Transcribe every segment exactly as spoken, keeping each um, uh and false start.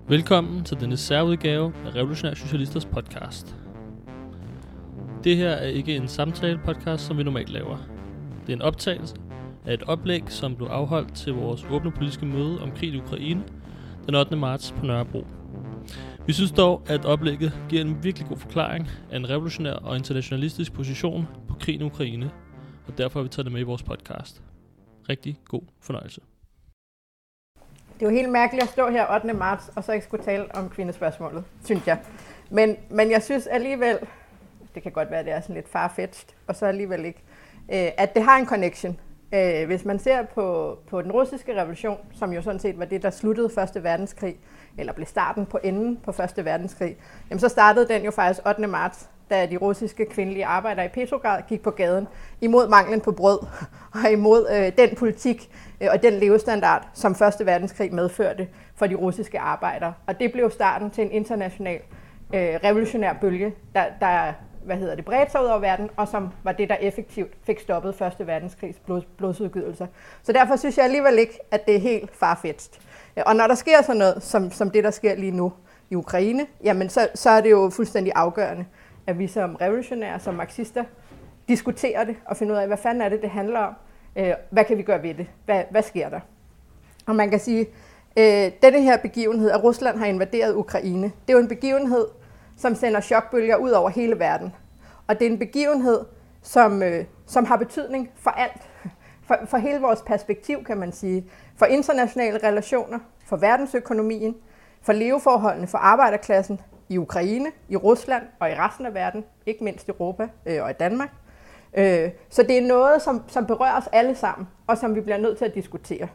Velkommen til denne særudgave af Revolutionære Socialisters podcast. Det her er ikke en samtale-podcast, som vi normalt laver. Det er en optagelse af et oplæg, som blev afholdt til vores åbne politiske møde om krig i Ukraine den ottende marts på Nørrebro. Vi synes dog, at oplægget giver en virkelig god forklaring af en revolutionær og internationalistisk position på krigen i Ukraine, og derfor har vi taget det med i vores podcast. Rigtig god fornøjelse. Det er jo helt mærkeligt at stå her ottende marts og så ikke skulle tale om kvindespørgsmålet, synes jeg. Men, men jeg synes alligevel, det kan godt være, at det er sådan lidt farfetched, og så alligevel ikke, øh, at det har en connection. Øh, hvis man ser på, på den russiske revolution, som jo sådan set var det, der sluttede første verdenskrig, eller blev starten på enden på første verdenskrig, jamen så startede den jo faktisk ottende marts, da de russiske kvindelige arbejdere i Petrograd gik på gaden imod manglen på brød og imod øh, den politik øh, og den levestandard, som første verdenskrig medførte for de russiske arbejdere. Og det blev starten til en international øh, revolutionær bølge, der, der hvad hedder det, bredte sig ud over verden, og som var det, der effektivt fik stoppet første verdenskrigs blod, blodsudgydelser. Så derfor synes jeg alligevel ikke, at det er helt farfetched. Og når der sker sådan noget, som, som det, der sker lige nu i Ukraine, jamen så, så er det jo fuldstændig afgørende, at vi som revolutionære, som marxister, diskuterer det og finder ud af, hvad fanden er det, det handler om. Hvad kan vi gøre ved det? Hvad, hvad sker der? Og man kan sige, at denne her begivenhed, at Rusland har invaderet Ukraine, det er jo en begivenhed, som sender chokbølger ud over hele verden. Og det er en begivenhed, som, som har betydning for alt. For, for hele vores perspektiv, kan man sige. For internationale relationer, for verdensøkonomien, for leveforholdene for arbejderklassen i Ukraine, i Rusland og i resten af verden, ikke mindst Europa øh, og i Danmark. Øh, så det er noget, som, som berører os alle sammen, og som vi bliver nødt til at diskutere.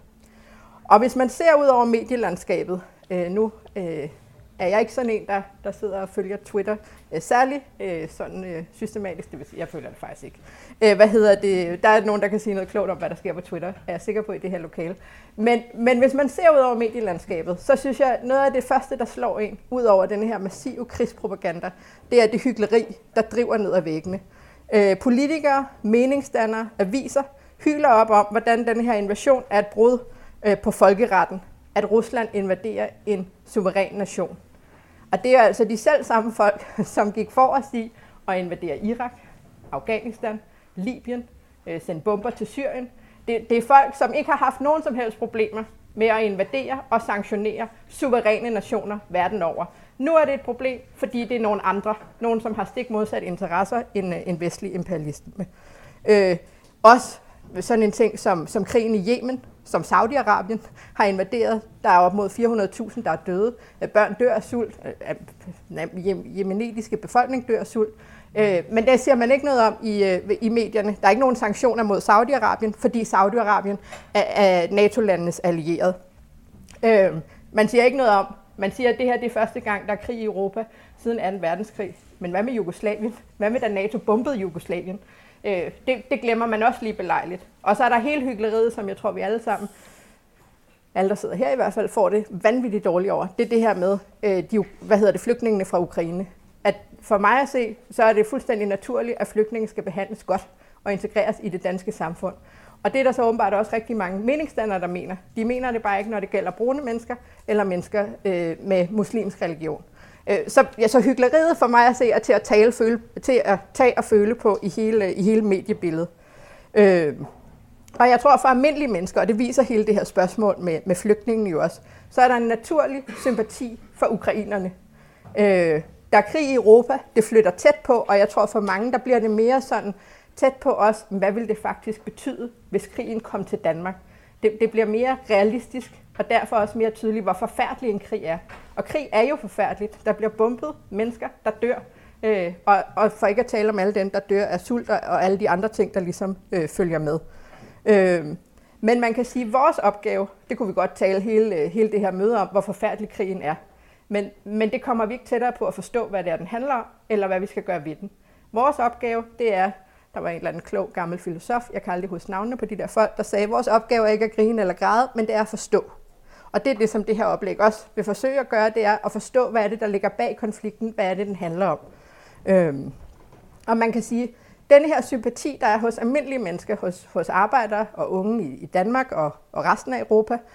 Og hvis man ser ud over medielandskabet, øh, nu øh, er jeg ikke sådan en, der, der sidder og følger Twitter øh, særlig øh, sådan øh, systematisk, det vil sige, jeg følger det faktisk ikke. Øh, hvad hedder det? Der er nogen, der kan sige noget klogt om, hvad der sker på Twitter, er jeg sikker på i det her lokale. Men, men hvis man ser ud over medielandskabet, så synes jeg, noget af det første, der slår en, ud over den her massive krigspropaganda, det er det hykleri, der driver ned ad væggene. Øh, politikere, meningsdannere, aviser hyler op om, hvordan den her invasion er et brud øh, på folkeretten, at Rusland invaderer en suveræn nation. Og det er altså de selv samme folk, som gik forrest i at invadere Irak, Afghanistan, Libyen, øh, sende bomber til Syrien. Det, det er folk, som ikke har haft nogen som helst problemer med at invadere og sanktionere suveræne nationer verden over. Nu er det et problem, fordi det er nogle andre, nogen som har stik modsat interesser end, end vestlig imperialisme. Øh, også sådan en ting som, som krigen i Yemen, som Saudi-Arabien har invaderet. Der er op mod fire hundrede tusind, der er døde. Børn dør af sult. Den jemenitiske befolkning dør af sult. Men det siger man ikke noget om i, i medierne. Der er ikke nogen sanktioner mod Saudi-Arabien, fordi Saudi-Arabien er, er NATO-landenes allierede. Man siger ikke noget om, man siger, at det her det er første gang, der er krig i Europa siden anden verdenskrig. Men hvad med Jugoslavien? Hvad med da NATO bombede Jugoslavien? Øh, det, det glemmer man også lige belejligt. Og så er der hele hykleriet, som jeg tror, vi alle sammen, alle der sidder her i hvert fald, får det vanvittigt dårligt over. Det er det her med, øh, de, hvad hedder det, flygtningene fra Ukraine. At for mig at se, så er det fuldstændig naturligt, at flygtninge skal behandles godt og integreres i det danske samfund. Og det er der så åbenbart også rigtig mange meningsdannere, der mener. De mener det bare ikke, når det gælder brune mennesker eller mennesker øh, med muslimsk religion. Så, ja, så hykleriet for mig at se er til at, tale, føle, til at tage og føle på i hele, i hele mediebilledet. Øh, og jeg tror for almindelige mennesker, og det viser hele det her spørgsmål med, med flygtningen jo også, så er der en naturlig sympati for ukrainerne. Øh, der er krig i Europa, det flytter tæt på, og jeg tror for mange, der bliver det mere sådan tæt på os, hvad vil det faktisk betyde, hvis krigen kom til Danmark. Det, det bliver mere realistisk, og derfor også mere tydeligt, hvor forfærdelig en krig er. Og krig er jo forfærdeligt. Der bliver bombet mennesker, der dør. Øh, og, og for ikke at tale om alle dem, der dør af sult og alle de andre ting, der ligesom øh, følger med. Øh, men man kan sige, at vores opgave, det kunne vi godt tale hele, hele det her møde om, hvor forfærdelig krigen er. Men, men det kommer vi ikke tættere på at forstå, hvad det er, den handler om, eller hvad vi skal gøre ved den. Vores opgave, det er, der var en eller anden klog gammel filosof, jeg kan aldrig huske navnene på de der folk, der sagde, at vores opgave er ikke at grine eller græde, men det er at forstå. Og det er det, som det her oplæg også vil forsøge at gøre, det er at forstå, hvad er det, der ligger bag konflikten, hvad er det, den handler om. Øhm. Og man kan sige, denne her sympati, der er hos almindelige mennesker, hos, hos arbejdere og unge i, i Danmark og, og resten af Europa,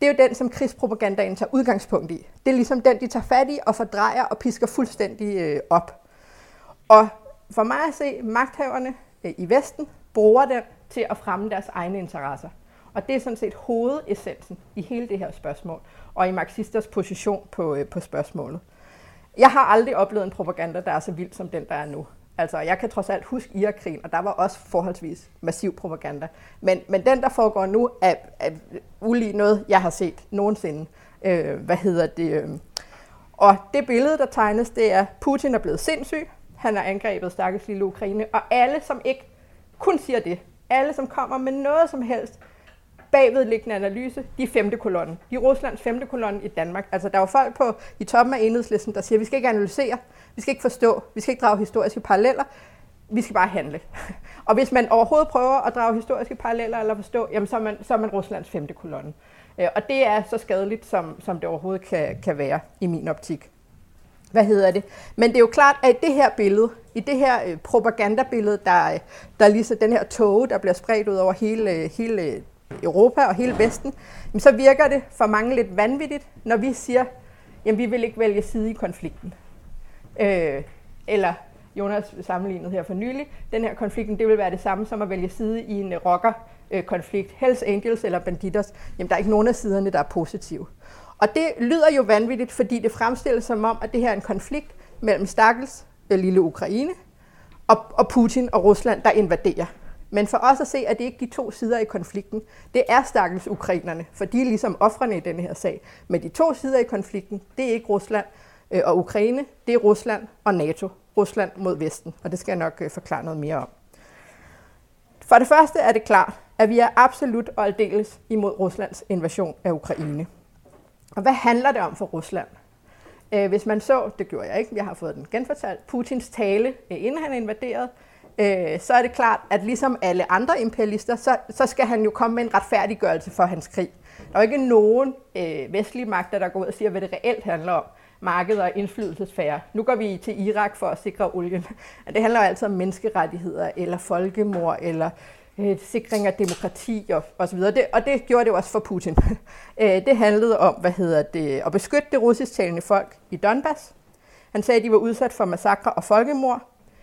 det er jo den, som krigspropagandaen tager udgangspunkt i. Det er ligesom den, de tager fat i og fordrejer og pisker fuldstændig øh, op. Og for mig at se, magthaverne øh, i Vesten bruger den til at fremme deres egne interesser. Og det er sådan set hovedessensen i hele det her spørgsmål, og i marxisters position på, øh, på spørgsmålet. Jeg har aldrig oplevet en propaganda, der er så vild som den, der er nu. Altså, jeg kan trods alt huske Irakkrigen, og der var også forholdsvis massiv propaganda. Men, men den, der foregår nu, er, er ulig noget, jeg har set nogensinde. Øh, hvad hedder det? Øh. Og det billede, der tegnes, det er, Putin er blevet sindssyg. Han har angrebet stakkels lille Ukraine. Og alle, som ikke kun siger det, alle, som kommer med noget som helst bagvedliggende analyse, de er femte kolonne. De er Ruslands femte kolonne i Danmark. Altså, der er jo folk på, i toppen af Enhedslisten, der siger, vi skal ikke analysere, vi skal ikke forstå, vi skal ikke drage historiske paralleller, vi skal bare handle. Og hvis man overhovedet prøver at drage historiske paralleller eller forstå, jamen, så, er man, så er man Ruslands femte kolonne. Og det er så skadeligt, som, som det overhovedet kan, kan være i min optik. Hvad hedder det? Men det er jo klart, at i det her billede, i det her propagandabillede, der, der er ligesom den her tåge, der bliver spredt ud over hele, hele Europa og hele Vesten, så virker det for mange lidt vanvittigt, når vi siger, jamen vi vil ikke vælge side i konflikten. Øh, eller Jonas sammenlignede her for nylig, den her konflikten, det vil være det samme som at vælge side i en rockerkonflikt, Hells Angels eller Bandidos. Jamen der er ikke nogen af siderne, der er positive. Og det lyder jo vanvittigt, fordi det fremstilles som om, at det her er en konflikt mellem stakkels lille Ukraine og, og Putin og Rusland, der invaderer. Men for os at se, at det ikke er de to sider i konflikten. Det er stakkels ukrainerne, for de er ligesom ofrene i denne her sag. Men de to sider i konflikten, det er ikke Rusland og Ukraine, det er Rusland og NATO. Rusland mod Vesten, og det skal jeg nok forklare noget mere om. For det første er det klart, at vi er absolut og aldeles imod Ruslands invasion af Ukraine. Og hvad handler det om for Rusland? Hvis man så, det gjorde jeg ikke, jeg har fået den genfortalt, Putins tale, inden han invaderede, så er det klart, at ligesom alle andre imperialister, så, så skal han jo komme med en retfærdiggørelse for hans krig. Der er jo ikke nogen øh, vestlige magter, der går ud og siger, hvad det reelt handler om. Marked og indflydelsesfære. Nu går vi til Irak for at sikre olien. Det handler jo altid om menneskerettigheder, eller folkemord, eller øh, sikring af demokrati og, og så videre. Det, og det gjorde det jo også for Putin. Det handlede om, hvad hedder det, at beskytte det russisktalende folk i Donbass. Han sagde, at de var udsat for massakre og folkemord,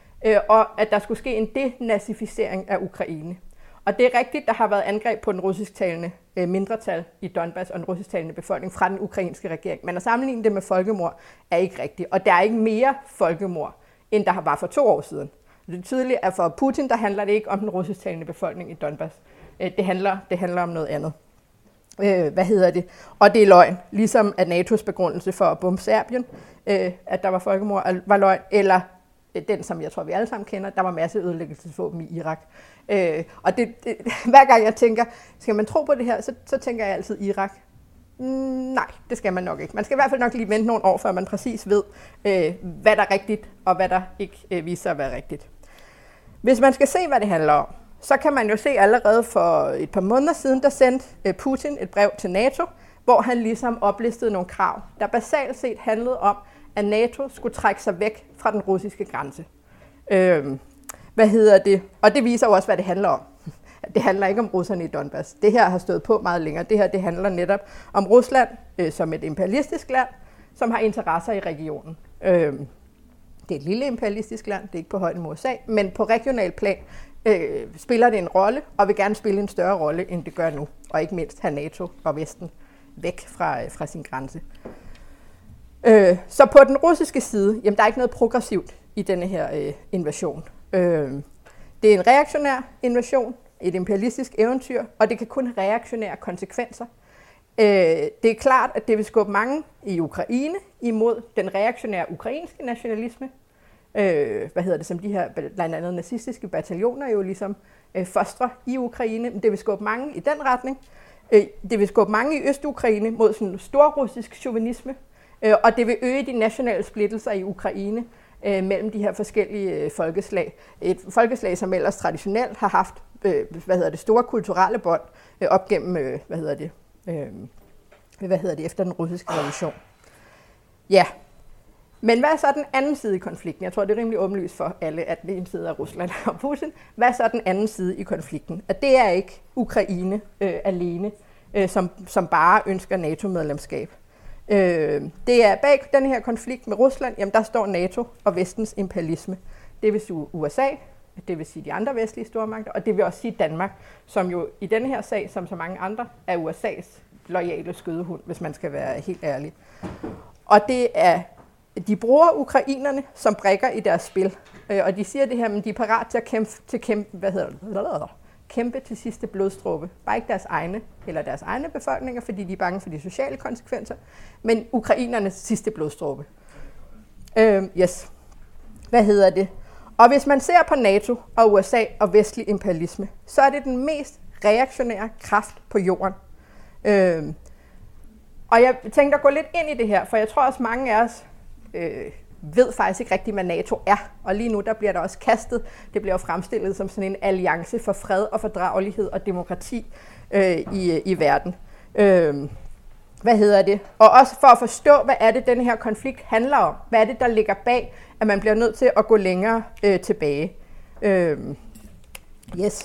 og at der skulle ske en denazificering af Ukraine. Og det er rigtigt, der har været angreb på den russisktalende mindretal i Donbass og den russisktalende befolkning fra den ukrainske regering. Men at sammenligne det med folkemord er ikke rigtigt. Og der er ikke mere folkemord, end der var for to år siden. Det er tydeligt, at for Putin, der handler det ikke om den russisktalende befolkning i Donbass. Det handler, det handler om noget andet. Hvad hedder det? Og det er løgn. Ligesom at N A T O's begrundelse for at bombe Serbien, at der var folkemord, var løgn, eller den, som jeg tror, vi alle sammen kender, der var masse ødelæggelsesvåben i Irak. Øh, og det, det, hver gang jeg tænker, skal man tro på det her, så, så tænker jeg altid Irak. Mm, nej, det skal man nok ikke. Man skal i hvert fald nok lige vente nogle år, før man præcis ved, øh, hvad der er rigtigt, og hvad der ikke øh, viser sig at være rigtigt. Hvis man skal se, hvad det handler om, så kan man jo se allerede for et par måneder siden, der sendte øh, Putin et brev til NATO, hvor han ligesom oplistede nogle krav, der basalt set handlede om, at NATO skulle trække sig væk fra den russiske grænse. Øh, hvad hedder det? Og det viser jo også, hvad det handler om. Det handler ikke om russerne i Donbass. Det her har stået på meget længere. Det her det handler netop om Rusland øh, som et imperialistisk land, som har interesser i regionen. Øh, det er et lille imperialistisk land, det er ikke på højde med U S A, men på regional plan øh, spiller det en rolle, og vil gerne spille en større rolle, end det gør nu. Og ikke mindst have NATO og Vesten væk fra, fra sin grænse. Øh, så på den russiske side, jamen der er ikke noget progressivt i denne her øh, invasion. Øh, det er en reaktionær invasion, et imperialistisk eventyr, og det kan kun have reaktionære konsekvenser. Øh, det er klart, at det vil skubbe mange i Ukraine imod den reaktionære ukrainske nationalisme. Øh, hvad hedder det, som de her blandt andet nazistiske bataljoner jo ligesom øh, fostrer i Ukraine. Men det vil skubbe mange i den retning. Øh, det vil skubbe mange i Øst-Ukraine mod sådan en storrussisk chauvinisme. Øh, og det vil øge de nationale splittelser i Ukraine øh, mellem de her forskellige øh, folkeslag. Et folkeslag, som ellers traditionelt har haft øh, hvad hedder det, store kulturelle bånd øh, op gennem øh, hvad hedder det, øh, hvad hedder det, efter den russiske revolution. Ja, men hvad er så den anden side i konflikten? Jeg tror, det er rimelig åbenlyst for alle, at den ene side er Rusland og Putin. Hvad er så den anden side i konflikten? At det er ikke Ukraine øh, alene. øh, som, som bare ønsker NATO-medlemskab. Øh, det er bag den her konflikt med Rusland, jamen der står NATO og vestens imperialisme. Det vil sige U S A, det vil sige de andre vestlige stormagter, og det vil også sige Danmark, som jo i denne her sag, som så mange andre, er U S A's loyale skødehund, hvis man skal være helt ærlig. Og det er, de bruger ukrainerne som brikker i deres spil, øh, og de siger det her, men de er parat til at kæmpe til, kæmpe, hvad hedder det? kæmpe til sidste blodstråbe. Bare ikke deres egne eller deres egne befolkninger, fordi de er bange for de sociale konsekvenser, men ukrainernes sidste blodstråbe. Øh, yes. Hvad hedder det? Og hvis man ser på NATO og U S A og vestlig imperialisme, så er det den mest reaktionære kraft på jorden. Øh, og jeg tænkte at gå lidt ind i det her, for jeg tror også mange af os øh, ved faktisk ikke rigtigt, hvad NATO er. Og lige nu der bliver der også kastet, det bliver jo fremstillet som sådan en alliance for fred og fordragelighed og demokrati øh, i, i verden. Øh, hvad hedder det? Og også for at forstå, hvad er det, den her konflikt handler om. Hvad er det, der ligger bag, at man bliver nødt til at gå længere øh, tilbage. Øh, yes.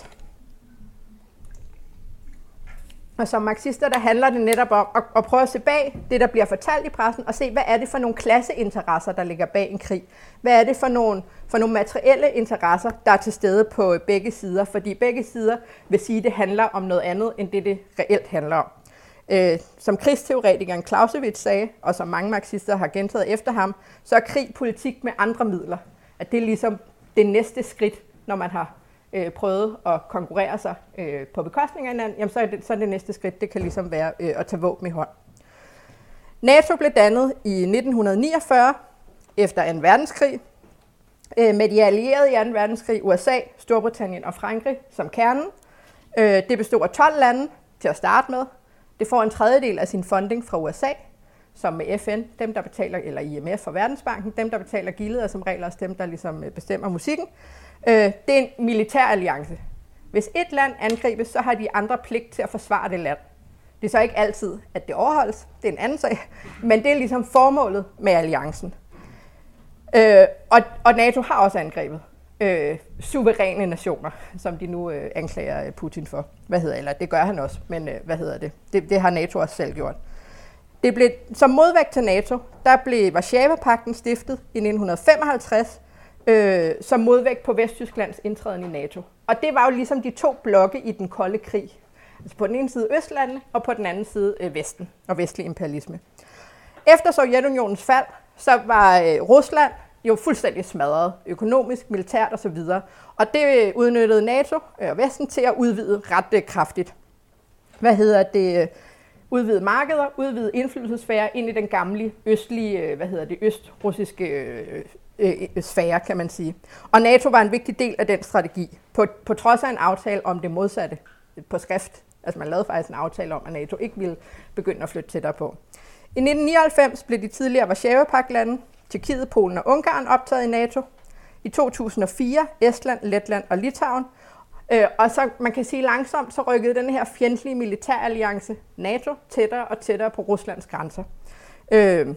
Og som marxister, der handler det netop om at, at prøve at se bag det, der bliver fortalt i pressen, og se, hvad er det for nogle klasseinteresser, der ligger bag en krig. Hvad er det for nogle, for nogle materielle interesser, der er til stede på begge sider. Fordi begge sider vil sige, at det handler om noget andet, end det, det reelt handler om. Øh, som krigsteoretikeren Clausewitz sagde, og som mange marxister har gentaget efter ham, så er krig politik med andre midler. At det er ligesom det næste skridt, når man har øh, prøvet at konkurrere sig øh, på bekostning af hinanden, jamen så er, det, så er det næste skridt, det kan ligesom være øh, at tage våben i hånd. NATO blev dannet i nitten niogfyrre efter anden verdenskrig, øh, med de allierede i anden verdenskrig, U S A, Storbritannien og Frankrig som kernen. Øh, det bestod af tolv lande til at starte med. Det får en tredjedel af sin funding fra U S A, som med F N, dem der betaler, eller I M F og Verdensbanken, dem der betaler gildet, er som regel også dem, der ligesom bestemmer musikken. Det er en militær alliance. Hvis et land angribes, så har de andre pligt til at forsvare det land. Det er så ikke altid, at det overholdes. Det er en anden sag. Men det er ligesom formålet med alliancen. Og, og NATO har også angrebet øh, suveræne nationer, som de nu øh, anklager Putin for. Hvad hedder eller det gør han også, men øh, hvad hedder det? det? Det har NATO også selv gjort. Det blev, som modvægt til NATO, der blev Warszawapagten stiftet i nitten femoghalvtreds, øh, som modvægt på Vesttysklands indtræden i NATO. Og det var jo ligesom de to blokke i den kolde krig. Altså på den ene side Østlandene, og på den anden side øh, Vesten og vestlig imperialisme. Efter Sovjetunionens fald, så var øh, Rusland jo fuldstændig smadret, økonomisk, militært osv. Og det udnyttede NATO og Vesten til at udvide ret kraftigt. Hvad hedder det? Udvide markeder, udvide indflydelsessfære ind i den gamle østlige, hvad hedder det, østrussiske øh, øh, sfære, kan man sige. Og NATO var en vigtig del af den strategi, på, på trods af en aftale om det modsatte på skrift. Altså man lavede faktisk en aftale om, at NATO ikke ville begynde at flytte tættere på. I nitten nioghalvfems blev de tidligere Warszawapagtlande, Tjekkiet, Polen og Ungarn optaget i NATO. I to tusind og fire Estland, Letland og Litauen. Øh, og så man kan sige langsomt, så rykkede den her fjendtlige militæralliance NATO tættere og tættere på Ruslands grænser. Øh,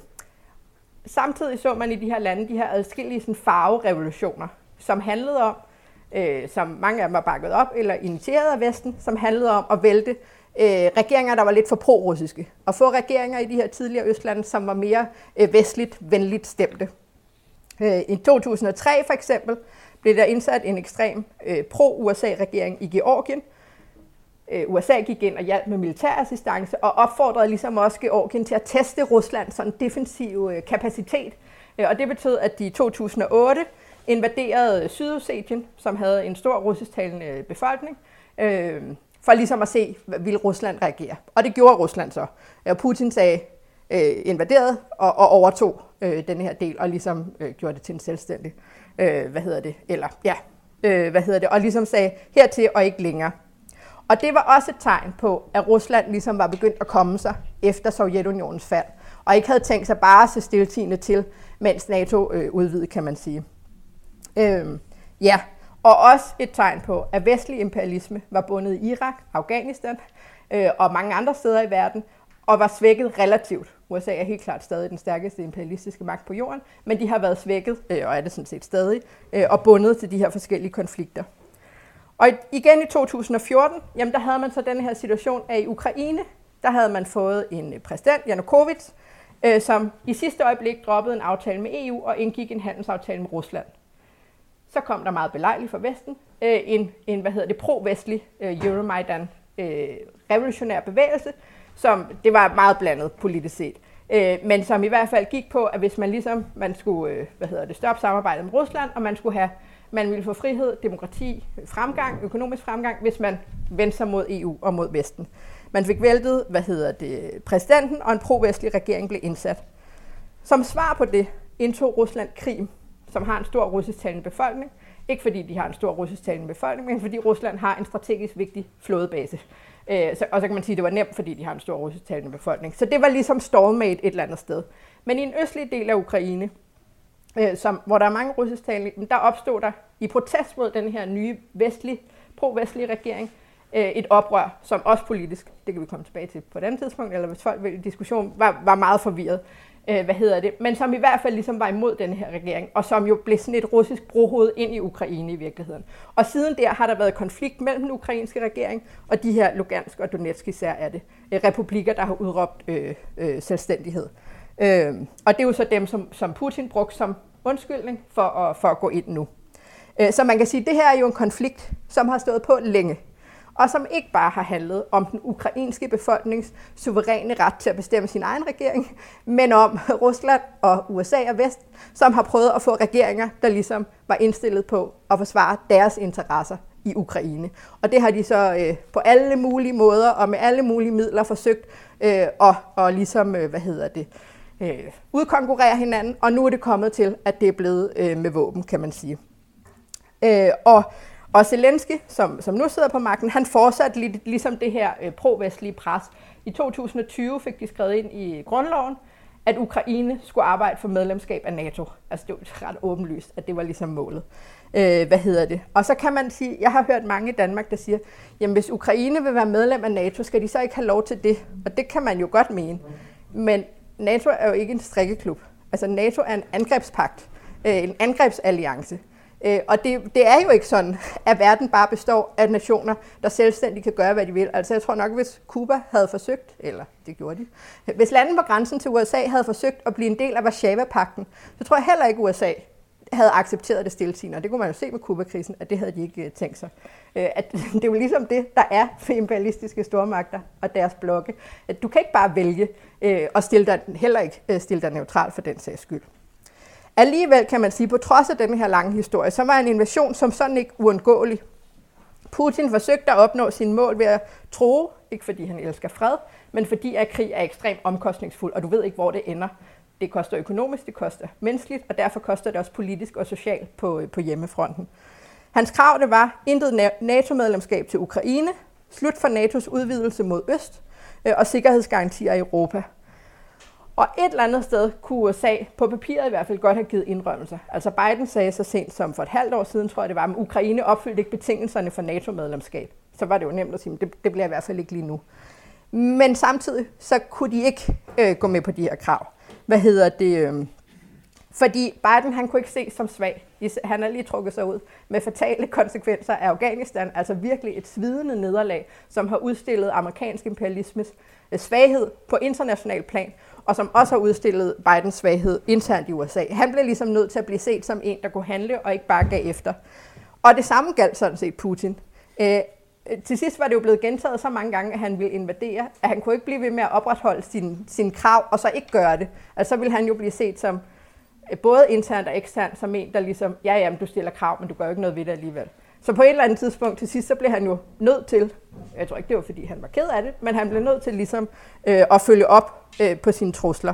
samtidig så man i de her lande de her adskillige sådan, farverevolutioner, som handlede om, øh, som mange af dem var bakket op eller initieret af Vesten, som handlede om at vælte øh, regeringer, der var lidt for pro-russiske, og få regeringer i de her tidligere Østlande, som var mere øh, vestligt, venligt stemte. Øh, I to tusind og tre for eksempel blev der indsat en ekstrem øh, pro-U S A-regering i Georgien. Øh, U S A gik ind og hjalp med militærassistance og opfordrede ligesom også Georgien til at teste Ruslands sådan defensive øh, kapacitet. Øh, og det betød, at de i to tusind og otte invaderede Sydossetien, som havde en stor russisktalende befolkning, øh, for ligesom at se, vil Rusland reagere. Og det gjorde Rusland så. Og Putin sagde, øh, invaderede og, og overtog øh, den her del og ligesom øh, gjorde det til en selvstændig. Øh, hvad hedder det? Eller ja, øh, hvad hedder det? Og ligesom sagde hertil og ikke længere. Og det var også et tegn på, at Rusland ligesom var begyndt at komme sig efter Sovjetunionens fald, og ikke havde tænkt sig bare at se stiltiende til, mens NATO øh, udvidede, kan man sige. Øh, ja, og også et tegn på, at vestlig imperialisme var bundet i Irak, Afghanistan øh, og mange andre steder i verden, og var svækket relativt. U S A er helt klart stadig den stærkeste imperialistiske magt på jorden, men de har været svækket, øh, og er det sådan set stadig, øh, og bundet til de her forskellige konflikter. Og igen i to tusind og fjorten, jamen der havde man så den her situation, at i Ukraine, der havde man fået en præsident, Janukovic, øh, som i sidste øjeblik droppede en aftale med E U og indgik en handelsaftale med Rusland. Så kom der meget belejligt fra Vesten øh, en, en hvad hedder det, pro-vestlig øh, Euromaidan øh, revolutionær bevægelse, som det var meget blandet politisk set. Øh, men som i hvert fald gik på, at hvis man ligesom man skulle øh, hvad hedder det, stoppe samarbejdet med Rusland, og man skulle have, man ville få frihed, demokrati, fremgang, økonomisk fremgang, hvis man vendte sig mod E U og mod Vesten. Man fik væltet, hvad hedder det, præsidenten, og en pro-vestlig regering blev indsat. Som svar på det indtog Rusland Krim, som har en stor russisktalende befolkning. Ikke fordi de har en stor russisktalende befolkning, men fordi Rusland har en strategisk vigtig flådebase. Øh, så, og så kan man sige, at det var nemt, fordi de har en stor russisktalende befolkning. Så det var ligesom stalemate et eller andet sted. Men i en østlig del af Ukraine, øh, som, hvor der er mange russisktalende, der opstod der i protest mod den her nye vestlige, pro-vestlige regering, øh, et oprør, som også politisk, det kan vi komme tilbage til på et andet tidspunkt, eller hvis folk vil i diskussion, var, var meget forvirret. Øh, hvad hedder det? Men som i hvert fald ligesom var imod den her regering, og som jo blev sådan et russisk brohoved ind i Ukraine i virkeligheden. Og siden der har der været konflikt mellem den ukrainske regering og de her Lugansk og Donetsk især er det, øh, republikker, der har udråbt øh, øh, selvstændighed. Øh, og det er jo så dem, som, som Putin brugte som undskyldning for at, for at gå ind nu. Øh, så man kan sige, at det her er jo en konflikt, som har stået på længe, og som ikke bare har handlet om den ukrainske befolknings suveræne ret til at bestemme sin egen regering, men om Rusland og U S A og Vest, som har prøvet at få regeringer, der ligesom var indstillet på at forsvare deres interesser i Ukraine. Og det har de så øh, på alle mulige måder og med alle mulige midler forsøgt øh, at og ligesom, øh, hvad hedder det, øh, udkonkurrere hinanden, og nu er det kommet til, at det er blevet øh, med våben, kan man sige. Øh, og Og Zelensky, som, som nu sidder på magten, han fortsatte lidt ligesom det her øh, pro-vestlige pres. I to tusind og tyve fik de skrevet ind i grundloven, at Ukraine skulle arbejde for medlemskab af NATO. Altså det var ret åbenlyst, at det var ligesom målet. Øh, hvad hedder det? Og så kan man sige, jeg har hørt mange i Danmark, der siger, jamen hvis Ukraine vil være medlem af NATO, skal de så ikke have lov til det? Og det kan man jo godt mene. Men NATO er jo ikke en strikkeklub. Altså NATO er en angrebspagt, øh, en angrebsalliance. Øh, og det, det er jo ikke sådan, at verden bare består af nationer, der selvstændigt kan gøre, hvad de vil. Altså jeg tror nok, hvis Cuba havde forsøgt, eller det gjorde de, hvis landene på grænsen til U S A havde forsøgt at blive en del af Warszawa-pakten, så tror jeg heller ikke, U S A havde accepteret det stiltiende. Og det kunne man jo se med Cuba-krisen, at det havde de ikke tænkt sig. Øh, at det er jo ligesom det, der er for imperialistiske stormagter og deres blokke. At du kan ikke bare vælge øh, og stille dig, heller ikke øh, stille dig neutral for den sags skyld. Alligevel kan man sige, på trods af den her lange historie, så var en invasion som sådan ikke uundgåelig. Putin forsøgte at opnå sine mål ved at true, ikke fordi han elsker fred, men fordi at krig er ekstremt omkostningsfuld, og du ved ikke, hvor det ender. Det koster økonomisk, det koster menneskeligt, og derfor koster det også politisk og socialt på, på hjemmefronten. Hans krav det var intet NATO-medlemskab til Ukraine, slut for N A T Os udvidelse mod øst og sikkerhedsgarantier i Europa. Og et eller andet sted kunne U S A, på papiret i hvert fald, godt have givet indrømmelser. Altså Biden sagde så sent som for et halvt år siden, tror jeg det var, at Ukraine opfyldte ikke betingelserne for NATO-medlemskab. Så var det jo nemt at sige, det, det bliver i hvert fald ikke lige nu. Men samtidig så kunne de ikke øh, gå med på de her krav. Hvad hedder det? Øh, fordi Biden han kunne ikke se som svag. Han har lige trukket sig ud med fatale konsekvenser af Afghanistan, altså virkelig et svidende nederlag, som har udstillet amerikansk imperialismes svaghed på international plan, og som også har udstillet Bidens svaghed internt i U S A. Han blev ligesom nødt til at blive set som en, der kunne handle og ikke bare gav efter. Og det samme galt sådan set Putin. Øh, til sidst var det jo blevet gentaget så mange gange, at han ville invadere, at han kunne ikke blive ved med at opretholde sine sin krav, og så ikke gøre det. Altså så ville han jo blive set som både internt og eksternt, som en, der ligesom, ja, jamen, du stiller krav, men du gør jo ikke noget ved det alligevel. Så på et eller andet tidspunkt til sidst, så blev han jo nødt til, jeg tror ikke, det var fordi han var ked af det, men han blev nødt til ligesom øh, at følge op øh, på sine trusler.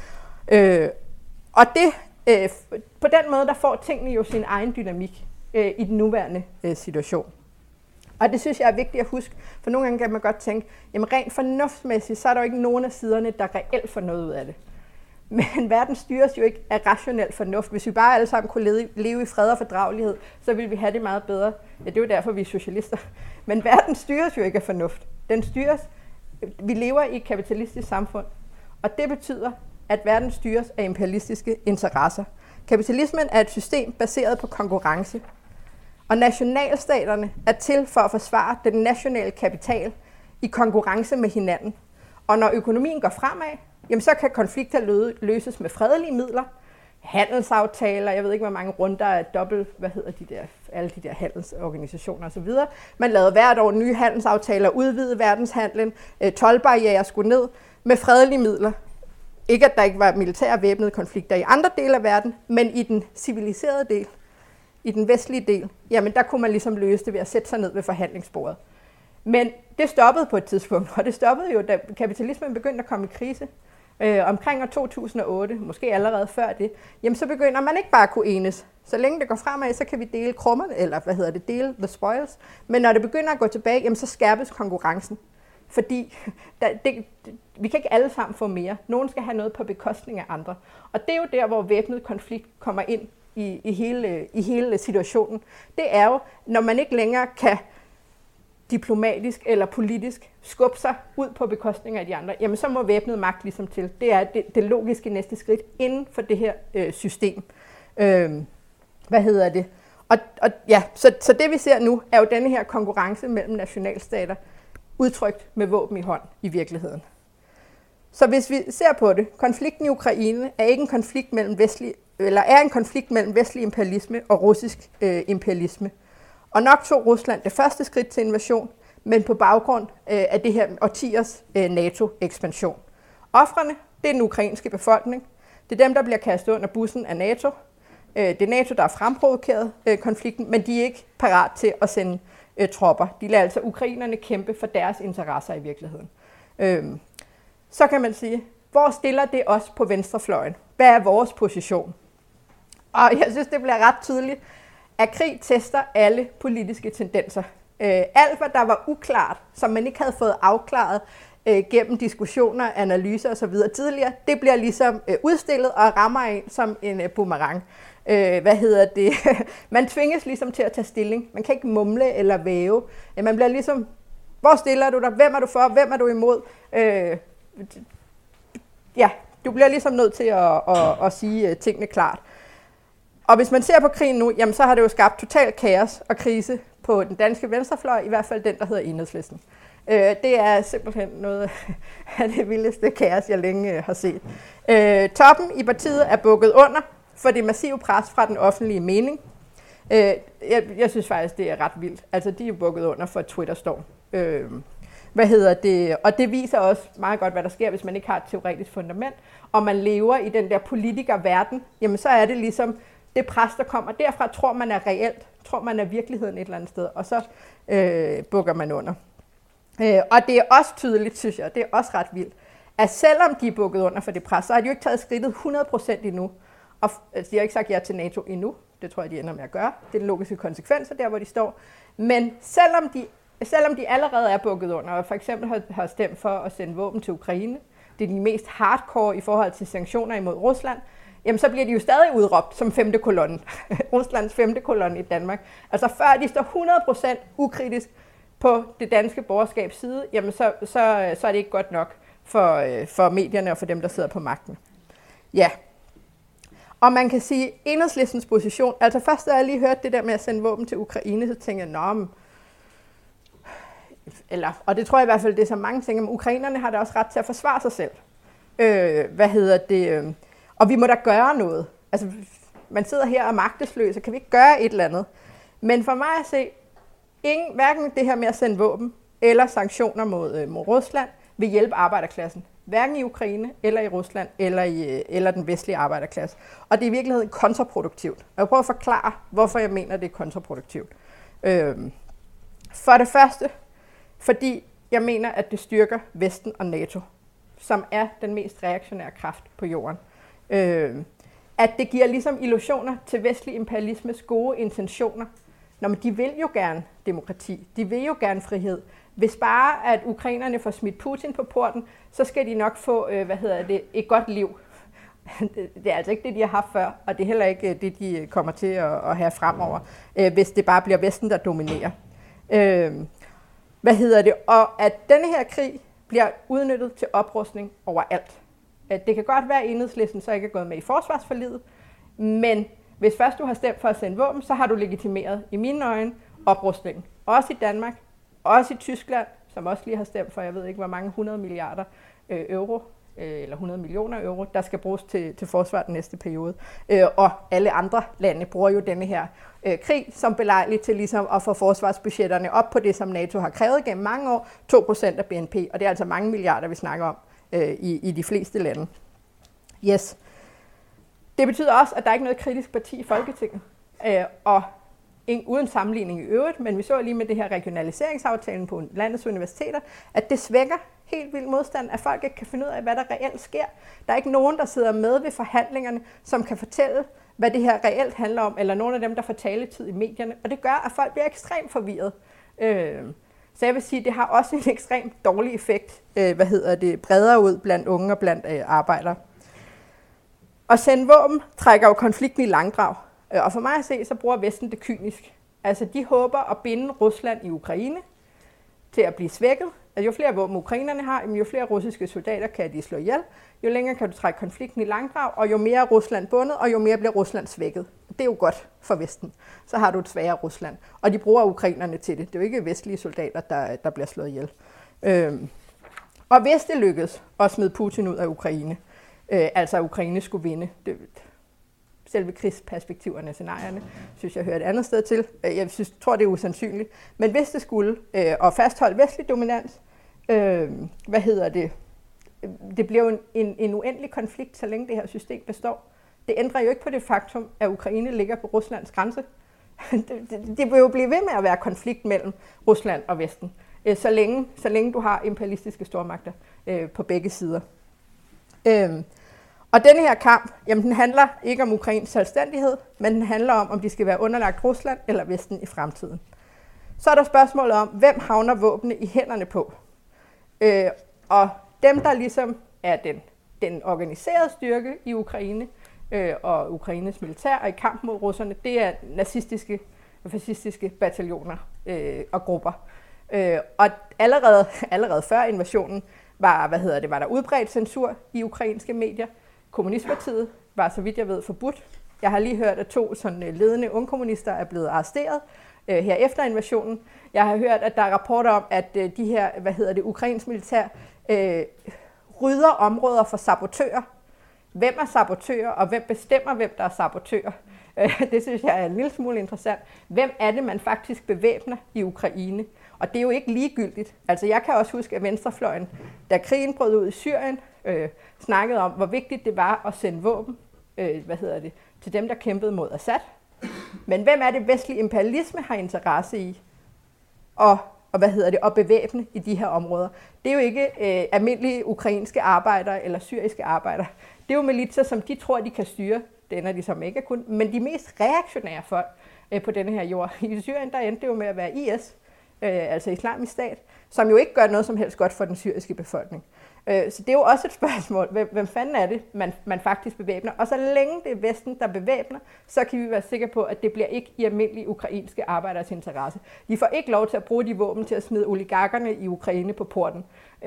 Øh, og det, øh, på den måde, der får tingene jo sin egen dynamik øh, i den nuværende øh, situation. Og det synes jeg er vigtigt at huske, for nogle gange kan man godt tænke, jamen rent fornuftsmæssigt, så er der jo ikke nogen af siderne, der reelt får noget ud af det. Men verden styres jo ikke af rationel fornuft. Hvis vi bare alle sammen kunne leve, leve i fred og fordragelighed, så ville vi have det meget bedre. Ja, det er jo derfor, vi er socialister. Men verden styres jo ikke af fornuft. Den styres, vi lever i et kapitalistisk samfund, og det betyder, at verden styres af imperialistiske interesser. Kapitalismen er et system baseret på konkurrence, og nationalstaterne er til for at forsvare den nationale kapital i konkurrence med hinanden. Og når økonomien går fremad, jamen så kan konflikter løses med fredelige midler, handelsaftaler, jeg ved ikke, hvor mange runder af dobbelt, hvad hedder de der, alle de der handelsorganisationer osv. Man lavede hvert år nye handelsaftaler, udvide verdenshandlen, toldbarrierer skulle ned med fredelige midler. Ikke at der ikke var militære væbnede konflikter i andre dele af verden, men i den civiliserede del, i den vestlige del, jamen der kunne man ligesom løse det ved at sætte sig ned ved forhandlingsbordet. Men det stoppede på et tidspunkt, og det stoppede jo, da kapitalismen begyndte at komme i krise. Øh, omkring år to tusind og otte, måske allerede før det, jamen så begynder man ikke bare at kunne enes. Så længe det går fremad, så kan vi dele krummerne, eller hvad hedder det, dele the spoils. Men når det begynder at gå tilbage, jamen så skærpes konkurrencen. Fordi der, det, det, vi kan ikke alle sammen få mere. Nogen skal have noget på bekostning af andre. Og det er jo der, hvor væbnet konflikt kommer ind i, i, hele, i hele situationen. Det er jo, når man ikke længere kan diplomatisk eller politisk skubbe sig ud på bekostning af de andre, jamen så må væbnet magt ligesom til. Det er det, det logiske næste skridt inden for det her øh, system. Øh, hvad hedder det? Og, og ja, så, så det vi ser nu, er jo denne her konkurrence mellem nationalstater, udtrykt med våben i hånd i virkeligheden. Så hvis vi ser på det, konflikten i Ukraine er ikke en konflikt mellem vestlig, eller er en konflikt mellem vestlig imperialisme og russisk øh, imperialisme. Og nok tog Rusland det første skridt til invasion, men på baggrund øh, af det her årtiers øh, NATO-ekspansion. Ofrene, det er den ukrainske befolkning. Det er dem, der bliver kastet under bussen af NATO. Øh, det er NATO, der har fremprovokeret øh, konflikten, men de er ikke parat til at sende øh, tropper. De lader altså ukrainerne kæmpe for deres interesser i virkeligheden. Øh, så kan man sige, hvor stiller det os på venstrefløjen? Hvad er vores position? Og jeg synes, det bliver ret tydeligt, at krig tester alle politiske tendenser. Øh, alt, hvad der var uklart, som man ikke havde fået afklaret øh, gennem diskussioner, analyser osv. tidligere, det bliver ligesom øh, udstillet og rammer en som en øh, boomerang. Øh, hvad hedder det? Man tvinges ligesom til at tage stilling. Man kan ikke mumle eller væve. Man bliver ligesom, hvor stiller du dig? Hvem er du for? Hvem er du imod? Øh, ja, du bliver ligesom nødt til at, at, at sige tingene klart. Og hvis man ser på krigen nu, jamen så har det jo skabt total kaos og krise på den danske venstrefløj, i hvert fald den, der hedder Enhedslisten. Øh, det er simpelthen noget af det vildeste kaos, jeg længe har set. Øh, toppen i partiet er bukket under for det massive pres fra den offentlige mening. Øh, jeg, jeg synes faktisk, det er ret vildt. Altså, de er bukket under for Twitter-storm. Øh, hvad hedder det? Og det viser også meget godt, hvad der sker, hvis man ikke har et teoretisk fundament, og man lever i den der politikerverden, jamen så er det ligesom det pres, der kommer derfra, tror man er reelt, tror man er virkeligheden et eller andet sted, og så øh, bukker man under. Øh, og det er også tydeligt, synes jeg, det er også ret vildt, at selvom de er bukket under for det pres, så har de jo ikke taget skridtet hundrede procent endnu. Og altså, de har ikke sagt ja til NATO endnu, det tror jeg, de ender med at gøre. Det er den logiske konsekvenser der, hvor de står. Men selvom de, selvom de allerede er bukket under, og for eksempel har, har stemt for at sende våben til Ukraine, det er de mest hardcore i forhold til sanktioner imod Rusland, jamen så bliver de jo stadig udråbt som femte kolonne. Ruslands femte kolonne i Danmark. Altså før de står hundrede procent ukritisk på det danske borgerskabs side, jamen så, så, så er det ikke godt nok for, for medierne og for dem, der sidder på magten. Ja. Og man kan sige, Enhedslistens position, altså først da jeg lige hørte det der med at sende våben til Ukraine, så tænkte jeg, nå, men, eller, og det tror jeg i hvert fald, det er så mange ting, men ukrainerne har da også ret til at forsvare sig selv. Øh, hvad hedder det? Øh, Og vi må da gøre noget. Altså, man sidder her og er magtesløs, så kan vi ikke gøre et eller andet. Men for mig at se, ingen, hverken det her med at sende våben eller sanktioner mod, øh, mod Rusland vil hjælpe arbejderklassen. Hverken i Ukraine eller i Rusland eller, i, eller den vestlige arbejderklasse. Og det er i virkeligheden kontraproduktivt. Jeg vil prøve at forklare, hvorfor jeg mener, det er kontraproduktivt. Øh, for det første, fordi jeg mener, at det styrker Vesten og NATO, som er den mest reaktionære kraft på jorden. Øh, at det giver ligesom illusioner til vestlig imperialismes gode intentioner. Nå, men de vil jo gerne demokrati, de vil jo gerne frihed. Hvis bare at ukrainerne får smidt Putin på porten, så skal de nok få øh, hvad hedder det, et godt liv. Det er altså ikke det, de har haft før, og det er heller ikke det, de kommer til at, at have fremover, øh, hvis det bare bliver Vesten, der dominerer. Øh, hvad hedder det? Og at denne her krig bliver udnyttet til oprustning overalt. Det kan godt være, at Enhedslisten så ikke er gået med i forsvarsforliget, men hvis først du har stemt for at sende våben, så har du legitimeret i mine øjne oprustningen. Også i Danmark, også i Tyskland, som også lige har stemt for, jeg ved ikke, hvor mange hundrede milliarder øh, euro, øh, eller hundrede millioner euro, der skal bruges til, til forsvar den næste periode. Øh, og alle andre lande bruger jo denne her øh, krig som belejligt til ligesom at få forsvarsbudgetterne op på det, som NATO har krævet gennem mange år, to procent af B N P, og det er altså mange milliarder, vi snakker om øh, i, i de fleste lande. Yes. Det betyder også, at der er ikke noget kritisk parti i Folketinget, øh, og en, uden sammenligning i øvrigt, men vi så lige med det her regionaliseringsaftalen på landets universiteter, at det svækker helt vildt modstand, at folk ikke kan finde ud af, hvad der reelt sker. Der er ikke nogen, der sidder med ved forhandlingerne, som kan fortælle, hvad det her reelt handler om, eller nogen af dem, der får taletid i medierne, og det gør, at folk bliver ekstremt forvirret. Øh, så jeg vil sige, at det har også en ekstremt dårlig effekt, øh, hvad hedder det, bredere ud blandt unge og blandt øh, arbejdere. At sende våben trækker jo konflikten i langdrag. Og for mig at se, så bruger Vesten det kynisk. Altså, de håber at binde Rusland i Ukraine til at blive svækket. Altså, jo flere våben ukrainerne har, jo flere russiske soldater kan de slå ihjel. Jo længere kan du trække konflikten i langdrag, og jo mere er Rusland bundet, og jo mere bliver Rusland svækket. Det er jo godt for Vesten. Så har du et svagere Rusland. Og de bruger ukrainerne til det. Det er jo ikke vestlige soldater, der, der bliver slået ihjel. Øhm. Og hvis det lykkes at smide Putin ud af Ukraine, øh, altså at Ukraine skulle vinde, det, selve krigsperspektiverne, scenarierne, synes jeg hører et andet sted til. Jeg synes, tror, det er usandsynligt. Men hvis det skulle, øh, og fastholde vestlig dominans, øh, hvad hedder det? Det bliver jo en, en, en uendelig konflikt, så længe det her system består. Det ændrer jo ikke på det faktum, at Ukraine ligger på Ruslands grænse. det, det, det vil jo blive ved med at være konflikt mellem Rusland og Vesten, øh, så, længe, så længe du har imperialistiske stormagter øh, på begge sider. Øh, Og denne her kamp, jamen den handler ikke om Ukraines selvstændighed, men den handler om, om de skal være underlagt Rusland eller Vesten i fremtiden. Så er der spørgsmålet om, hvem havner våbnene i hænderne på? Øh, og dem, der ligesom er den, den organiserede styrke i Ukraine øh, og Ukraines militær og i kamp mod russerne, det er nazistiske og fascistiske bataljoner øh, og grupper. Øh, og allerede, allerede før invasionen var, hvad hedder det, var der udbredt censur i ukrainske medier. Kommunistpartiet var, så vidt jeg ved, forbudt. Jeg har lige hørt, at to sådan ledende ungkommunister er blevet arresteret øh, her efter invasionen. Jeg har hørt, at der er rapporter om, at øh, de her, hvad hedder det, ukrainsk militær øh, rydder områder for sabotører. Hvem er sabotører, og hvem bestemmer, hvem der er sabotører? Øh, det synes jeg er en lille smule interessant. Hvem er det, man faktisk bevæbner i Ukraine? Og det er jo ikke ligegyldigt. Altså, jeg kan også huske, at venstrefløjen, da krigen brød ud i Syrien, øh, snakkede om, hvor vigtigt det var at sende våben øh, hvad hedder det, til dem, der kæmpede mod Assad. Men hvem er det, vestlig imperialisme har interesse i og, og, hvad hedder det, at bevæbne i de her områder? Det er jo ikke øh, almindelige ukrainske arbejdere eller syriske arbejdere. Det er jo militser, som de tror, de kan styre. Det ender de som ikke er kun. Men de mest reaktionære folk øh, på denne her jord. I Syrien, der endte det jo med at være I S, øh, altså Islamisk Stat, som jo ikke gør noget som helst godt for den syriske befolkning. Så det er jo også et spørgsmål, hvem, hvem fanden er det, man, man faktisk bevæbner? Og så længe det er Vesten, der bevæbner, så kan vi være sikre på, at det bliver ikke i almindelige ukrainske arbejderes interesse. De får ikke lov til at bruge de våben til at smide oligarkerne i Ukraine på porten.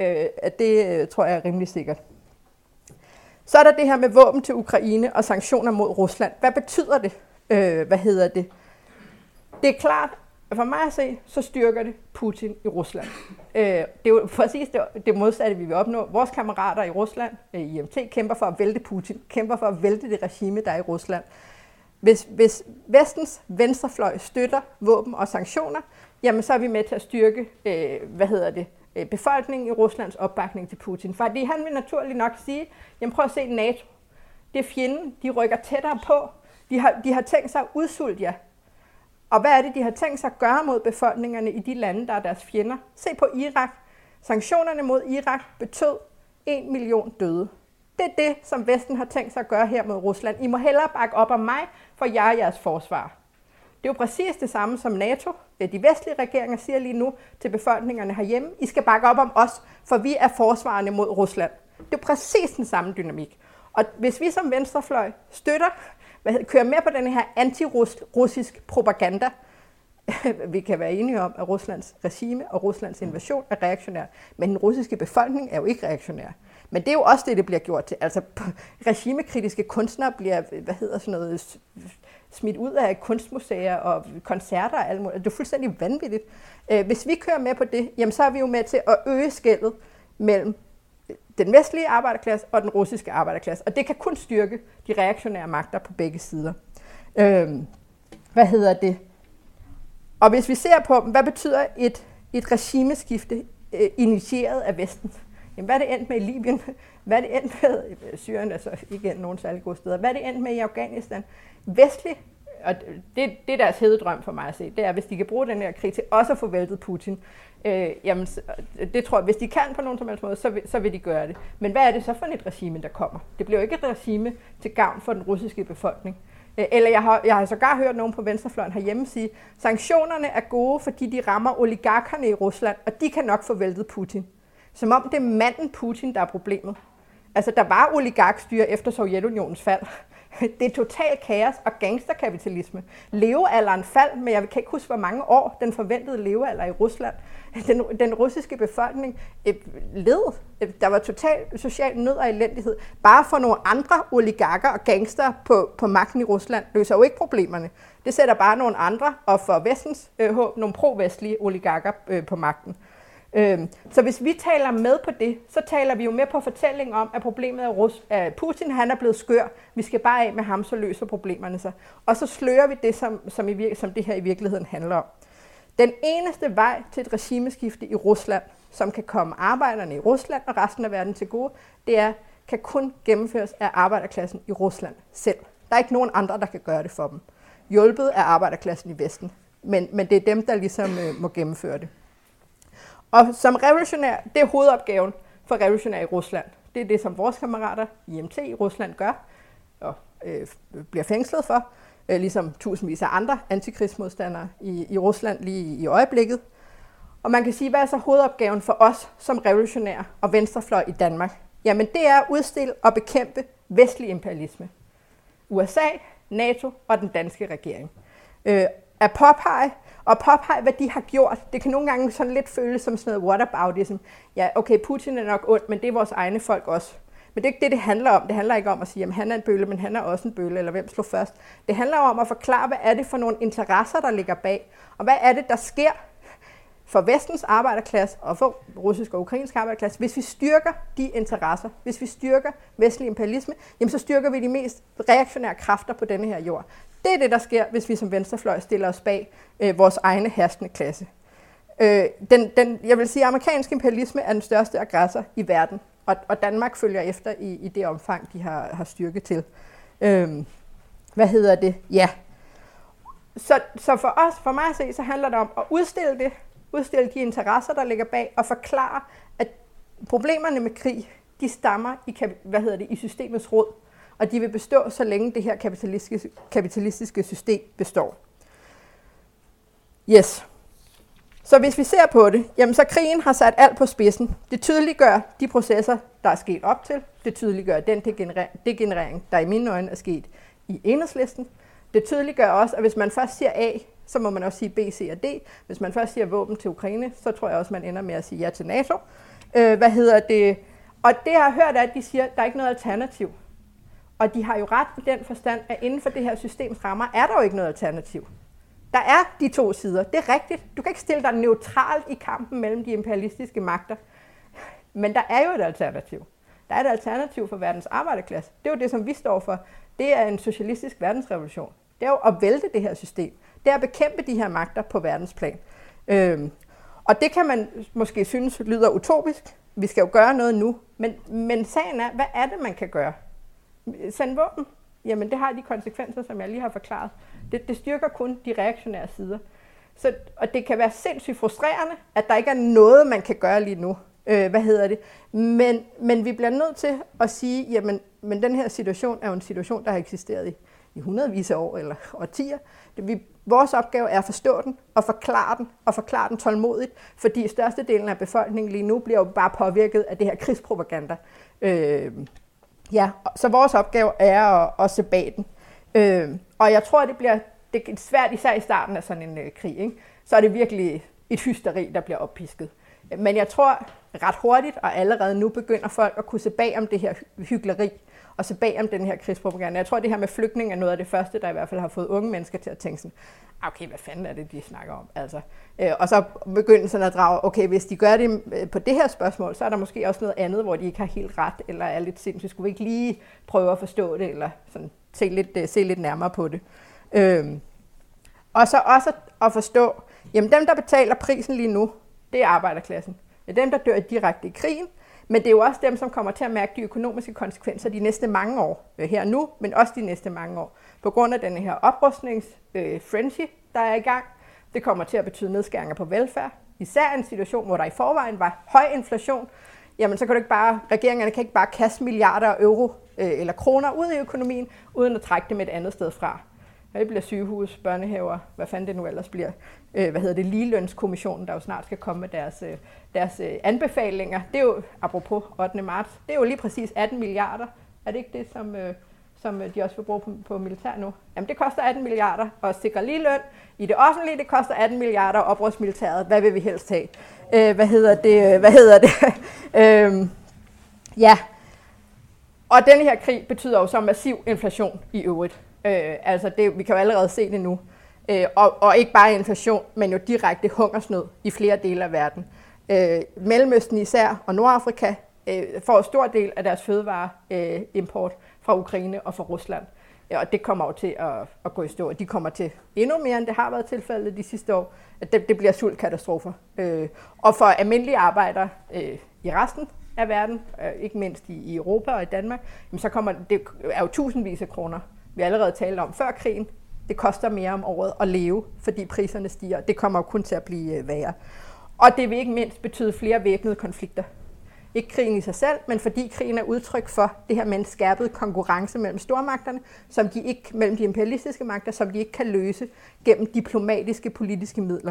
Det tror jeg er rimelig sikkert. Så er der det her med våben til Ukraine og sanktioner mod Rusland. Hvad betyder det? Hvad hedder det? Det er klart, for mig at se, så styrker det Putin i Rusland. Øh, det er jo præcis det, det modsatte, vi vil opnå. Vores kammerater i Rusland, øh, I M T, kæmper for at vælte Putin, kæmper for at vælte det regime, der er i Rusland. Hvis, hvis Vestens venstrefløj støtter våben og sanktioner, jamen så er vi med til at styrke, øh, hvad hedder det, øh, befolkningen i Ruslands opbakning til Putin. Fordi han vil naturligt nok sige, jamen prøv at se NATO. Det er fjenden, de rykker tættere på. De har, de har tænkt sig at udsulte jer. Og hvad er det, de har tænkt sig at gøre mod befolkningerne i de lande, der er deres fjender? Se på Irak. Sanktionerne mod Irak betød en million døde. Det er det, som Vesten har tænkt sig at gøre her mod Rusland. I må hellere bakke op om mig, for jeg er jeres forsvar. Det er jo præcis det samme som NATO. De vestlige regeringer siger lige nu til befolkningerne herhjemme, I skal bakke op om os, for vi er forsvarerne mod Rusland. Det er jo præcis den samme dynamik. Og hvis vi som venstrefløj støtter, kører med på den her anti-russisk propaganda, vi kan være enige om, at Ruslands regime og Ruslands invasion er reaktionær, men den russiske befolkning er jo ikke reaktionær. Men det er jo også det, det bliver gjort til. Altså regimekritiske kunstnere bliver, hvad hedder sådan noget, smidt ud af kunstmuseer og koncerter og alt muligt. Det er fuldstændig vanvittigt. Hvis vi kører med på det, jamen så er vi jo med til at øge skellet mellem den vestlige arbejderklasse og den russiske arbejderklasse. Og det kan kun styrke de reaktionære magter på begge sider. Øhm, hvad hedder det? Og hvis vi ser på, hvad betyder et, et regimeskifte øh, initieret af Vesten? Jamen, hvad er det endt med i Libyen? Hvad er det endt med i Syrien? Altså ikke nogen særlig gode steder. Hvad er det endt med i Afghanistan? Vestlig, og det, det er deres hededrøm for mig at se, det er, hvis de kan bruge den her krig til også at få væltet Putin. Øh, jamen, det tror jeg, hvis de kan på nogen som helst måde, så vil, så vil de gøre det. Men hvad er det så for et regime, der kommer? Det bliver jo ikke et regime til gavn for den russiske befolkning. Eller jeg har, jeg har sågar hørt nogen på venstrefløjen herhjemme sige, sanktionerne er gode, fordi de rammer oligarkerne i Rusland, og de kan nok få væltet Putin. Som om det er manden Putin, der er problemet. Altså, der var oligarkstyre efter Sovjetunionens fald. Det er total kaos og gangsterkapitalisme. Levealderen faldt, men jeg kan ikke huske, hvor mange år den forventede levealder i Rusland. Den, den russiske befolkning øh, led. Der var total social nød og elendighed. Bare for nogle andre oligarker og gangster på, på magten i Rusland løser jo ikke problemerne. Det sætter bare nogle andre, og for vestens øh, håb, nogle pro-vestlige oligarker øh, på magten. Så hvis vi taler med på det, så taler vi jo med på fortællingen om, at problemet er Rus- at Putin, han er blevet skør. Vi skal bare af med ham, så løser problemerne sig. Og så slører vi det, som, som, i, som det her i virkeligheden handler om. Den eneste vej til et regimeskifte i Rusland, som kan komme arbejderne i Rusland og resten af verden til gode, det er, kan kun gennemføres af arbejderklassen i Rusland selv. Der er ikke nogen andre, der kan gøre det for dem. Hjulpet af arbejderklassen i Vesten. Men, men det er dem, der ligesom øh, må gennemføre det. Og som revolutionær, det er hovedopgaven for revolutionær i Rusland. Det er det, som vores kammerater i M T i Rusland gør og øh, bliver fængslet for, øh, ligesom tusindvis af andre antikrigsmodstandere i, i Rusland lige i øjeblikket. Og man kan sige, hvad er så hovedopgaven for os som revolutionære og venstrefløj i Danmark? Jamen det er at udstille og bekæmpe vestlig imperialisme. U S A, NATO og den danske regering. Øh, at påpege Og påpege, hvad de har gjort. Det kan nogle gange sådan lidt føles som sådan noget whataboutism. Ja, okay, Putin er nok ond, men det er vores egne folk også. Men det er ikke det, det handler om. Det handler ikke om at sige, at han er en bølle, men han er også en bølle, eller hvem slår først. Det handler om at forklare, hvad er det for nogle interesser, der ligger bag, og hvad er det, der sker for vestens arbejderklasse og for russisk og ukrainsk arbejderklasse. Hvis vi styrker de interesser, hvis vi styrker vestlig imperialisme, jamen så styrker vi de mest reaktionære kræfter på denne her jord. Det er det, der sker, hvis vi som venstrefløj stiller os bag øh, vores egne herskende klasse. Øh, den, den, jeg vil sige, at amerikansk imperialisme er den største aggressor i verden, og, og Danmark følger efter i, i det omfang, de har, har styrke til. Øh, hvad hedder det? Ja. Så, så for os, for mig at se, så handler det om at udstille det, udstille de interesser, der ligger bag, og forklare, at problemerne med krig, de stammer i, hvad hedder det, i systemets rod, og de vil bestå, så længe det her kapitalistiske, kapitalistiske system består. Yes. Så hvis vi ser på det, jamen så krigen har sat alt på spidsen. Det tydeliggør de processer, der er sket op til. Det tydeliggør den degenerering, der i mine øjne er sket i Enhedslisten. Det tydeliggør også, at hvis man først siger A, så må man også sige B, C og D. Hvis man først siger våben til Ukraine, så tror jeg også, man ender med at sige ja til NATO. Øh, hvad hedder det? Og det, jeg har hørt, er, at de siger, at der er ikke noget alternativ. Og de har jo ret i den forstand, at inden for det her systems rammer, er der jo ikke noget alternativ. Der er de to sider. Det er rigtigt. Du kan ikke stille dig neutralt i kampen mellem de imperialistiske magter. Men der er jo et alternativ. Der er et alternativ for verdens arbejderklasse. Det er jo det, som vi står for. Det er en socialistisk verdensrevolution. Det er jo at vælte det her system. Det er at bekæmpe de her magter på verdensplan. Øhm, og det kan man måske synes lyder utopisk. Vi skal jo gøre noget nu. Men, men sagen er, hvad er det, man kan gøre? Send våben? Jamen det har de konsekvenser, som jeg lige har forklaret. Det, det styrker kun de reaktionære sider. Så, og det kan være sindssygt frustrerende, at der ikke er noget, man kan gøre lige nu. Øh, hvad hedder det? Men, men vi bliver nødt til at sige, jamen men den her situation er jo en situation, der har eksisteret i, i hundredvis af år eller årtier. Det, vi, vores opgave er at forstå den og forklare den, og forklare den tålmodigt, fordi størstedelen af befolkningen lige nu bliver jo bare påvirket af det her krigspropaganda. Øh, ja, så vores opgave er at, at se bag den. Øh, og jeg tror, det bliver det er svært, især i starten af sådan en øh, krig, ikke? Så er det virkelig et hysteri, der bliver oppisket. Men jeg tror, ret hurtigt, og allerede nu begynder folk at kunne se bag om det her hykleri, og se bag om den her krigspropaganda. Jeg tror, det her med flygtning er noget af det første, der i hvert fald har fået unge mennesker til at tænke sådan, okay, hvad fanden er det, de snakker om? Altså, øh, og så begynde sådan at drage, okay, hvis de gør det på det her spørgsmål, så er der måske også noget andet, hvor de ikke har helt ret, eller er lidt sindssygt. Skulle vi ikke lige prøve at forstå det, eller sådan, se, lidt, se lidt nærmere på det? Øh, og så også at forstå, jamen dem, der betaler prisen lige nu, det er arbejderklassen. Det er dem, der dør direkte i krigen, men det er jo også dem, som kommer til at mærke de økonomiske konsekvenser de næste mange år, her nu, men også de næste mange år. På grund af den her oprustnings-frenzy, øh, der er i gang, det kommer til at betyde nedskæringer på velfærd. Især en situation, hvor der i forvejen var høj inflation, jamen så kan du ikke bare, regeringerne kan ikke bare kaste milliarder af euro øh, eller kroner ud i økonomien, uden at trække dem et andet sted fra. Det bliver sygehus, børnehaver, hvad fanden det nu ellers bliver. Øh, hvad hedder det, ligelønskommissionen, der jo snart skal komme med deres, øh, deres øh, anbefalinger. Det er jo, apropos ottende marts, det er jo lige præcis atten milliarder. Er det ikke det, som, øh, som de også vil bruge på, på militær nu? Jamen det koster atten milliarder at sikre ligeløn. I det offentlige, det koster atten milliarder at opruste militæret. Hvad vil vi helst have? Øh, hvad hedder det? Hvad hedder det? øh, ja. Og denne her krig betyder jo så massiv inflation i øvrigt. Øh, altså det, vi kan jo allerede se det nu. Øh, og, og ikke bare inflation, men jo direkte hungersnød i flere dele af verden. Øh, Mellemøsten især og Nordafrika øh, får en stor del af deres fødevareimport øh, fra Ukraine og fra Rusland. Ja, og det kommer jo til at, at gå i stå. De kommer til endnu mere, end det har været tilfældet de sidste år. At det, det bliver sultkatastrofer. Øh, og for almindelige arbejdere øh, i resten af verden, øh, ikke mindst i, i Europa og i Danmark, jamen så kommer det er jo tusindvis af kroner. Vi har allerede talt om før krigen. Det koster mere om året at leve, fordi priserne stiger. Det kommer jo kun til at blive værre. Og det vil ikke mindst betyde flere væbnede konflikter. Ikke krigen i sig selv, men fordi krigen er udtryk for det her med en skærpet konkurrence mellem stormagterne, som de ikke, mellem de imperialistiske magter, som de ikke kan løse gennem diplomatiske politiske midler.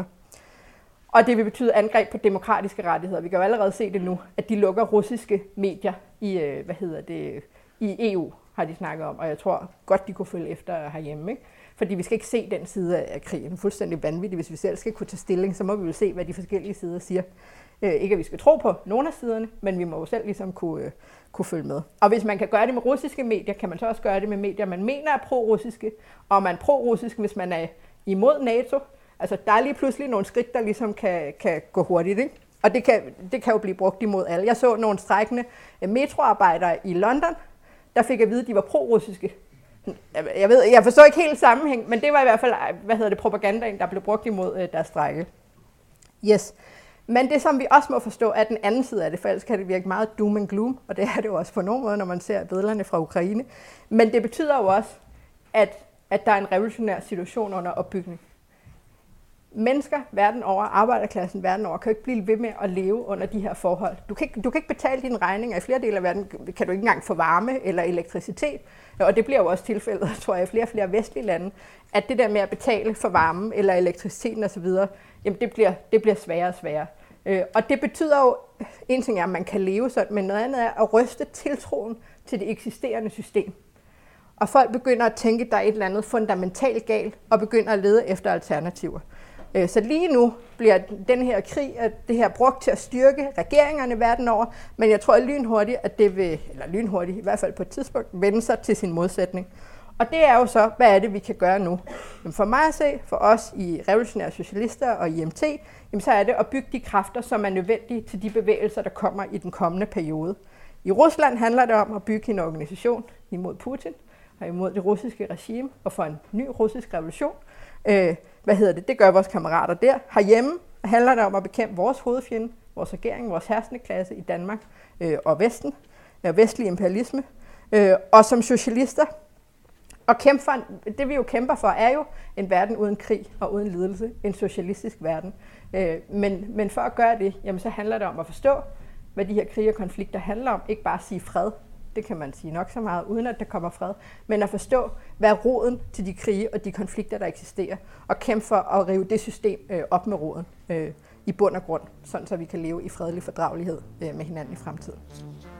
Og det vil betyde angreb på demokratiske rettigheder. Vi kan jo allerede se det nu, at de lukker russiske medier i, hvad hedder det, i E U, har de snakket om, og jeg tror godt, de kunne følge efter herhjemme, ikke? Fordi vi skal ikke se den side af krigen. Det er fuldstændig vanvittigt. Hvis vi selv skal kunne tage stilling, så må vi jo se, hvad de forskellige sider siger. Øh, ikke at vi skal tro på nogle af siderne, men vi må jo selv ligesom kunne, øh, kunne følge med. Og hvis man kan gøre det med russiske medier, kan man så også gøre det med medier, man mener er pro-russiske, og man er pro-russisk, hvis man er imod NATO. Altså, der er lige pludselig nogle skridt, der ligesom kan, kan gå hurtigt, ikke? Og det kan, det kan jo blive brugt imod alle. Jeg så nogle strejkende metroarbejdere i London, der fik at vide, at de var pro-russiske. Jeg ved, jeg forstår ikke helt sammenhæng, men det var i hvert fald, hvad hedder det, propagandaen, der blev brugt imod øh, deres strejke. Yes. Men det, som vi også må forstå, er den anden side af det, for ellers kan det virke meget doom and gloom, og det er det jo også på nogen måde, når man ser billederne fra Ukraine. Men det betyder jo også, at, at der er en revolutionær situation under opbygning. Mennesker verden over, arbejderklassen verden over, kan jo ikke blive ved med at leve under de her forhold. Du kan ikke, du kan ikke betale dine regninger. I flere dele af verden kan du ikke engang få varme eller elektricitet. Og det bliver jo også tilfældet, tror jeg, i flere og flere vestlige lande, at det der med at betale for varmen eller elektriciteten osv., jamen det bliver, det bliver sværere og sværere. Og det betyder jo, en ting er, at man kan leve sådan, men noget andet er at ryste tiltroen til det eksisterende system. Og folk begynder at tænke, at der er et eller andet fundamentalt galt, og begynder at lede efter alternativer. Så lige nu bliver den her krig, at det her brugt til at styrke regeringerne verden over, men jeg tror lynhurtigt, at det vil, eller lynhurtigt i hvert fald på et tidspunkt, vende sig til sin modsætning. Og det er jo så, hvad er det, vi kan gøre nu? Jamen for mig at se, for os i Revolutionære Socialister og I M T, jamen så er det at bygge de kræfter, som er nødvendige til de bevægelser, der kommer i den kommende periode. I Rusland handler det om at bygge en organisation imod Putin og imod det russiske regime og for en ny russisk revolution. Øh, hvad hedder det? Det gør vores kammerater der. Herhjemme handler det om at bekæmpe vores hovedfjende, vores regering, vores herskende klasse i Danmark øh, og Vesten, øh, vestlig imperialisme. Øh, og som socialister, og kæmpe for, det vi jo kæmper for, er jo en verden uden krig og uden lidelse, en socialistisk verden. Øh, men, men for at gøre det, jamen, så handler det om at forstå, hvad de her krige og konflikter handler om. Ikke bare at sige fred, det kan man sige nok så meget, uden at der kommer fred, men at forstå, hvad er roden til de krige og de konflikter, der eksisterer, og kæmpe for at rive det system øh, op med roden øh, i bund og grund, sådan så vi kan leve i fredelig fordragelighed øh, med hinanden i fremtiden.